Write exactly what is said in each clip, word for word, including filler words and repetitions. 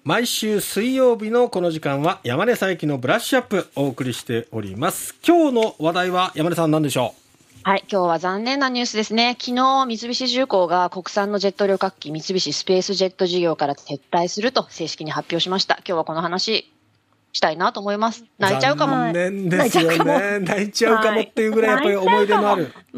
毎週水曜日のこの時間は山根佐伯のブラッシュアップお送りしております。今日の話題は山根さん何でしょう？ はい、今日は残念なニュースですね。昨日、三菱重工が国産のジェット旅客機三菱スペースジェット事業から撤退すると正式に発表しました。今日はこの話したいなと思います。泣いちゃうかも。 残念ですよね。泣いちゃうかもっていうぐらいやっぱり思い出のある。 うん、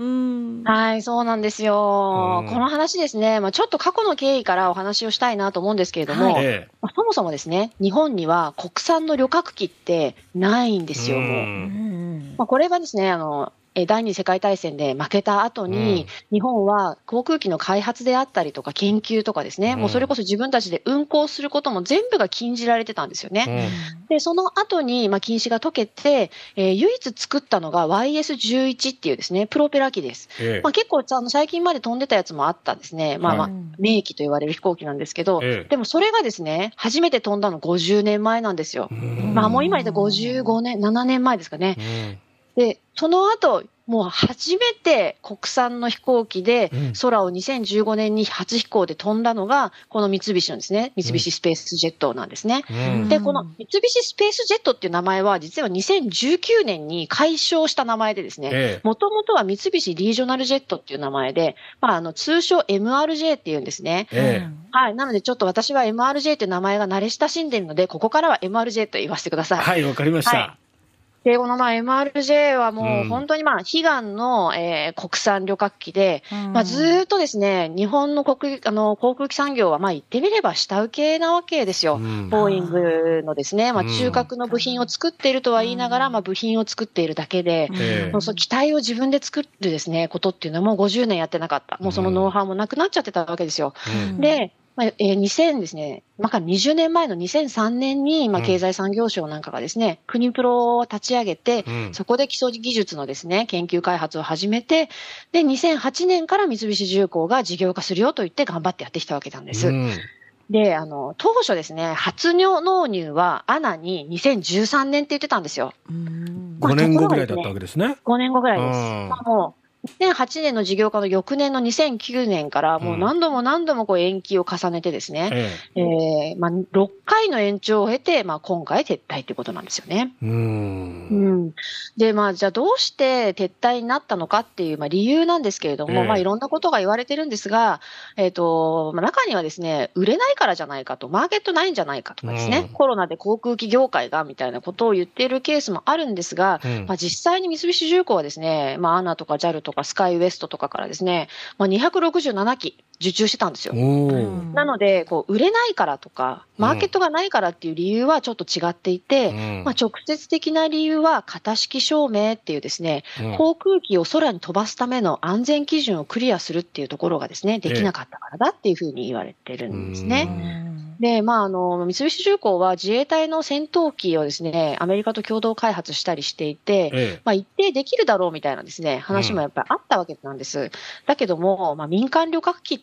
はい、そうなんですよ。この話ですね、まあ、ちょっと過去の経緯からお話をしたいなと思うんですけれども、はい、まあ、そもそもですね、日本には国産の旅客機ってないんですよ、もう。うんまあ、これはですね、あの、第二次世界大戦で負けた後に、うん、日本は航空機の開発であったりとか研究とかですね、うん、もうそれこそ自分たちで運航することも全部が禁じられてたんですよね。うん、で、その後に、まあ、禁止が解けて、えー、唯一作ったのが ワイエスじゅういち っていうですね、プロペラ機です。ええまあ、結構あの最近まで飛んでたやつもあったんですね。まあまあ、名機と言われる飛行機なんですけど、ええ、でもそれがですね、初めて飛んだのごじゅうねんまえなんですよ。まあもう今言ったごじゅうごねん、ななねんまえですかね。で、その後、もう初めて国産の飛行機で空をにせんじゅうごねんに初飛行で飛んだのが、この三菱のですね、三菱スペースジェットなんですね。うん、で、この三菱スペースジェットっていう名前は、実はにせんじゅうきゅうねんに改称した名前でですね、もともとは三菱リージョナルジェットっていう名前で、まあ、あの、通称 エムアールジェー っていうんですね。ええ、はい。なので、ちょっと私は エムアールジェー っていう名前が慣れ親しんでいるので、ここからは エムアールジェー と言わせてください。 はい、わかりました。はいで、このまあ エムアールジェー はもう本当にまあ悲願の、えー、国産旅客機で、うん、まあずっとですね、日本の国、あの、航空機産業はまあ言ってみれば下請けなわけですよ。うん、ボーイングのですね、まあ中核の部品を作っているとは言いながら、まあ部品を作っているだけで、うん、そう機体を自分で作るですね、ことっていうのはもうごじゅうねんやってなかった。もうそのノウハウもなくなっちゃってたわけですよ。うん、で、まあ、えー、にせんですね、まあ、にじゅうねんまえのにせんさんねんに、まあ、経済産業省なんかがですね、うん、国プロを立ち上げて、うん、そこで基礎技術のですね、研究開発を始めて、で、にせんはちねんから三菱重工が事業化するよと言って頑張ってやってきたわけなんです。うん、で、あの、当初ですね、初納入はアナににせんじゅうさんねんって言ってたんですよ。 ごねんごぐらいだったわけですね。 ごねんごぐらいです。まあ、もうにせんはちねんの事業化の翌年のにせんきゅうねんからもう何度も何度もこう延期を重ねてですね、うん、えー、まあ、ろっかいの延長を経て、まあ、今回撤退ということなんですよね。うんうん、で、まあ、じゃあどうして撤退になったのかっていう、まあ、理由なんですけれども、えー、まあ、いろんなことが言われてるんですが、えっと、まあ、中にはですね、売れないからじゃないかと、マーケットないんじゃないかとかですね、うん、コロナで航空機業界がみたいなことを言っているケースもあるんですが、うん、まあ、実際に三菱重工はですね、まあ、アナとか ジャル とかスカイウエストとかからですね、まあ、にひゃくろくじゅうななき受注してたんですよ。なので、こう、売れないからとか、マーケットがないからっていう理由はちょっと違っていて、うん、まあ、直接的な理由は、型式証明っていうですね、うん、航空機を空に飛ばすための安全基準をクリアするっていうところがですね、できなかったからだっていうふうに言われてるんですね。で、まあ、あの、三菱重工は自衛隊の戦闘機をですね、アメリカと共同開発したりしていて、ええ、まあ、一定できるだろうみたいなですね、話もやっぱりあったわけなんです。うん、だけども、まあ、民間旅客機って、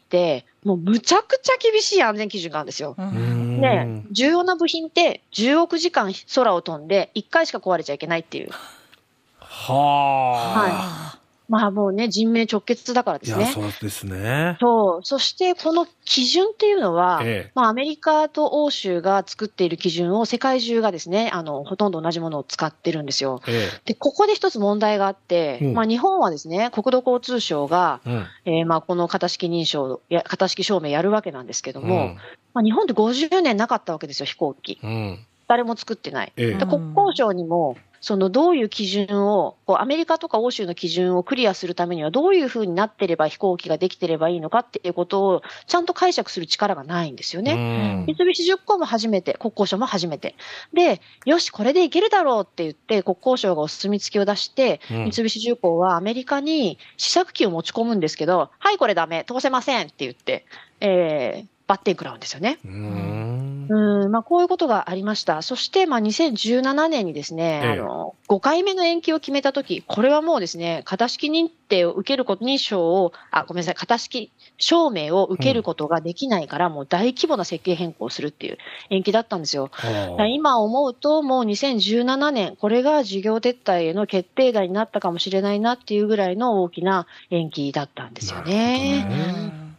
もうむちゃくちゃ厳しい安全基準があるんですよ。で、重要な部品ってじゅうおくじかん空を飛んでいっかいしか壊れちゃいけないっていう。はあ。はい。まあもうね、人命直結だからですね。 いや、そうですね。 そう。そしてこの基準っていうのは、ええ、まあアメリカと欧州が作っている基準を世界中がですね、あの、ほとんど同じものを使ってるんですよ。ええ、で、ここで一つ問題があって、うん、まあ日本はですね、国土交通省が、うん、えー、まあこの型式認証や、型式証明やるわけなんですけども、うん、まあ日本ってごじゅうねんなかったわけですよ、飛行機。うん、誰も作ってない。ええ、で国交省にも、そのどういう基準を、こうアメリカとか欧州の基準をクリアするためにはどういうふうになってれば飛行機ができてればいいのかっていうことをちゃんと解釈する力がないんですよね。三菱重工も初めて、国交省も初めて。で、よし、これでいけるだろうって言って国交省がお墨付きを出して、うん、三菱重工はアメリカに試作機を持ち込むんですけど、はい、これダメ、通せませんって言って、えー、バッテン食らうんですよね。うん、まあ、こういうことがありました。そして、まあ、にせんじゅうななねんにですね、ええ、あの、ごかいめの延期を決めたとき、これはもうですね、型式認定を受けること認証を、あ、ごめんなさい、型式証明を受けることができないから、うん、もう大規模な設計変更をするっていう延期だったんですよ。今思うと、もうにせんじゅうななねん、これが事業撤退への決定打になったかもしれないなっていうぐらいの大きな延期だったんですよね。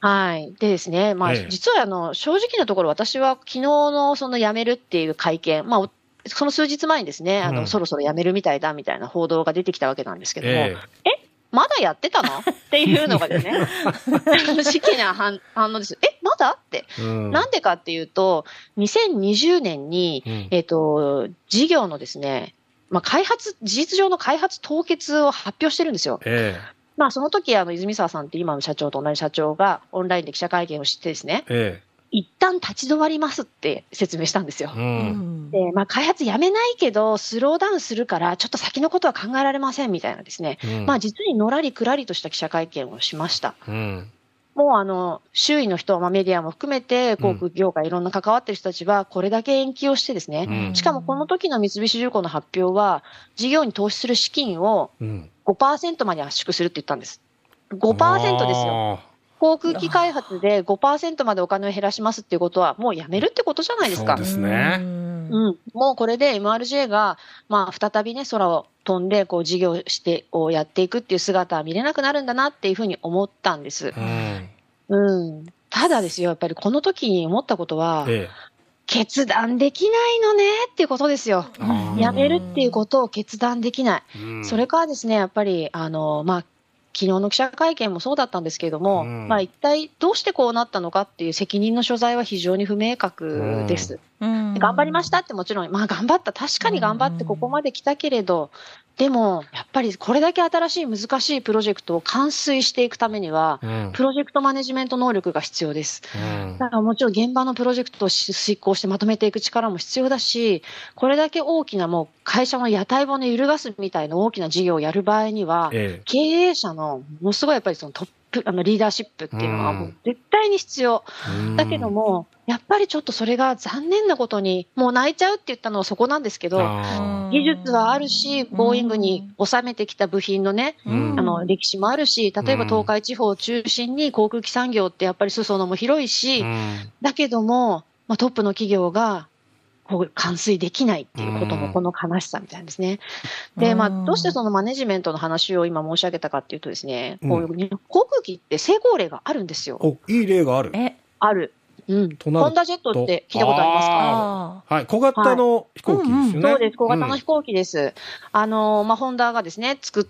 はい。でですね、まあ、 ええ実はあの、正直なところ、私は昨日のその辞めるっていう会見、まあ、おその数日前にですね、あの、 うんそろそろ辞めるみたいだみたいな報道が出てきたわけなんですけども、 ええ、まだやってたのっていうのがですね、正直な反反応です。え、まだって。 えうんなんでかっていうと、にせんにじゅうねんに、 うんえっと、事業のですね、まあ、開発、事実上の開発凍結を発表してるんですよ。 えまあ、その時、あの、泉沢さんって今の社長と同じ社長がオンラインで記者会見をしてですね、 ええ一旦立ち止まりますって説明したんですよえ。うんで、まあ、開発やめないけど、スローダウンするから、ちょっと先のことは考えられませんみたいなですね、 うんまあ、実にのらりくらりとした記者会見をしました。 うんもうあの周囲の人、まあ、メディアも含めて、航空業界、いろんな関わってる人たちは、これだけ延期をしてですね、 うんしかもこの時の三菱重工の発表は、事業に投資する資金をうんごパーセントまで圧縮するって言ったんです。ごパーセントですよ。航空機開発で ごパーセント までお金を減らしますっていうことは、もうやめるってことじゃないですか。 そうですね。 うん、もうこれで エムアールジェー が、まあ、再びね、空を飛んで、こう、事業してをやっていくっていう姿は見れなくなるんだなっていうふうに思ったんです。 うんうん。ただですよ、やっぱりこの時に思ったことは、 え決断できないのねっていうことですよ。 えあーやめるっていうことを決断できない。 うんそれからですね、やっぱり、あの、まあ、昨日の記者会見もそうだったんですけれども、 うんまあ一体どうしてこうなったのかっていう責任の所在は非常に不明確です。 うん頑張りましたってもちろん、まあ頑張った、確かに頑張ってここまで来たけれど、でもやっぱりこれだけ新しい難しいプロジェクトを完遂していくためには、 うんプロジェクトマネジメント能力が必要です。 うんだからもちろん現場のプロジェクトを遂行してまとめていく力も必要だし、これだけ大きなもう会社の屋台骨揺るがすみたいな大きな事業をやる場合には、 え経営者のものすごいやっぱりそのトップ、あのリーダーシップっていうのはもう絶対に必要。 えだけども、やっぱりちょっとそれが残念なことに、もう泣いちゃうって言ったのはそこなんですけど、 あ技術はあるし、ボーイングに収めてきた部品のね、 うんあの歴史もあるし、例えば東海地方を中心に航空機産業ってやっぱり裾野も広いし、 ーうんだけども、まあ、トップの企業がこう完遂できないっていうこともこの悲しさみたいなんですね。で、まあ、どうしてそのマネジメントの話を今申し上げたかっていうとですね、こういう航空機って成功例があるんですよ。 おいい例がある。 え、 ある。うん。 となるとホンダジェットって聞いたことありますか？ あはい、小型の飛行機ですよね。 そうです。小型の飛行機です。あの、まあ、ホンダがですね、作って、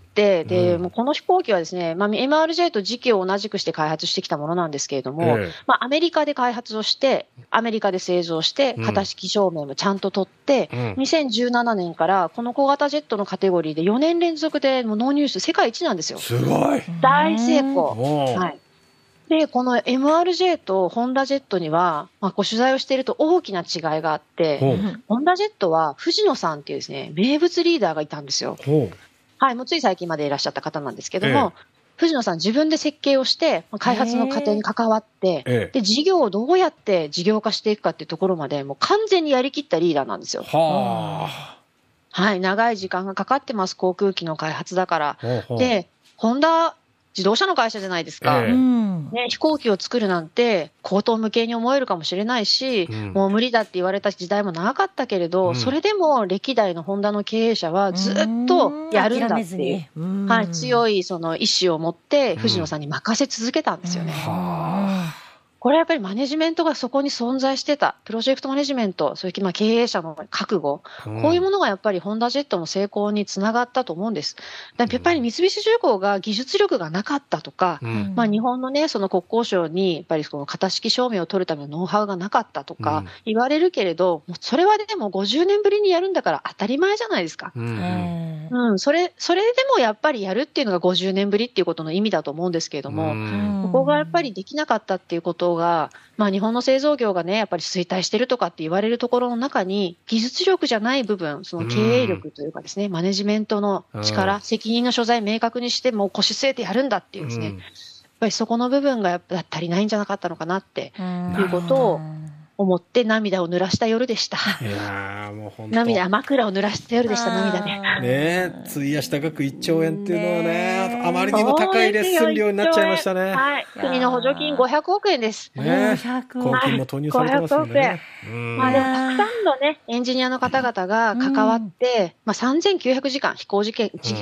で、 うんもうこの飛行機はですね、まあ、エムアールジェー と時期を同じくして開発してきたものなんですけれども、 ええまあ、アメリカで開発をして、アメリカで製造して、 うん型式証明もちゃんと取って、 うんにせんじゅうななねんからこの小型ジェットのカテゴリーでよねん連続でもう納入数世界一なんですよ。 すごい。 大成功。 おーはい。で、この エムアールジェー とホンダジェットには、まあ、こう取材をしていると大きな違いがあって、 ほうホンダジェットは藤野さんっていうですね、名物リーダーがいたんですよ。 ほうはい、もうつい最近までいらっしゃった方なんですけども、 え藤野さん自分で設計をして、まあ開発の過程に関わって、 ええで、事業をどうやって事業化していくかっていうところまで、もう完全にやりきったリーダーなんですよ。 はあ。 はい、長い時間がかかってます、航空機の開発だから。 ほうほう、 で、ホンダ、自動車の会社じゃないですか。 ええうん。 ね、飛行機を作るなんて、口頭無形に思えるかもしれないし、 うんもう無理だって言われた時代も長かったけれど、 うんそれでも歴代のホンダの経営者はずっとやるんだっていう、はい、強い。 いその意思を持って、藤野さんに任せ続けたんですよね。 はこれはやっぱりマネジメントがそこに存在してた、プロジェクトマネジメント、それからまあ経営者の覚悟、 あこういうものがやっぱりホンダジェットの成功につながったと思うんです。だからやっぱり三菱重工が技術力がなかったとか、 うんまあ、日本のね、その国交省に、やっぱりその型式証明を取るためのノウハウがなかったとうんか言われるけれど、もうそれはでもごじゅうねんぶりにやるんだから当たり前じゃないですか。 うんうんうん、それ、それでもやっぱりやるっていうのがごじゅうねんぶりっていうことの意味だと思うんですけれども、 うんここがやっぱりできなかったっていうことが、まあ日本の製造業がね、やっぱり衰退してるとかって言われるところの中に、技術力じゃない部分、その経営力というかですね、マネジメントのう力、 ん責任の所在明確にして、もう腰据えてやるんだっていうですね、 うんやっぱりそこの部分がやっぱ足りないんじゃなかったのかなっていうことを思って涙を濡らした夜でした。 いやーもう本当涙、枕を濡らした夜でした、涙で。 ねえ、費やした額いっちょうえんっていうのはね、あまりにも高いレッスン料になっちゃいましたね。 はい。国の補助金ごひゃくおくえんです。 ねえごひゃく公金も投入されてますんでね。うんまあでもたくさんのね、エンジニアの方々が関わって、まあさんぜんきゅうひゃくじかん飛行時間、じうん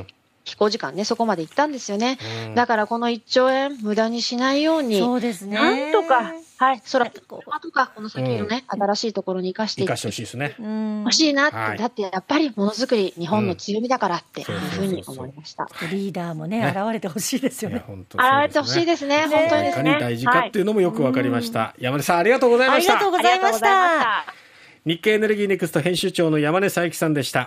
飛行時間ね、そこまで行ったんですよね。うん、だからこのいっちょうえん無駄にしないように、 そうですね。 なんとか、はい、空とか、この先のね、うん、新しいところに生かしていってほしいですね。 欲しいなって、はい、だってやっぱりものづくり、日本の強みだからっていうふうに思いました。 うん、リーダーもね、ね現れてほしいですよね。 現れてほしいですね。本当にですね。 いかに大事かっていうのもよくわかりました。はい、山根さん、ありがとうございました。 ありがとうございました。 日経エネルギーネクスト編集長の山根佐伯さんでした。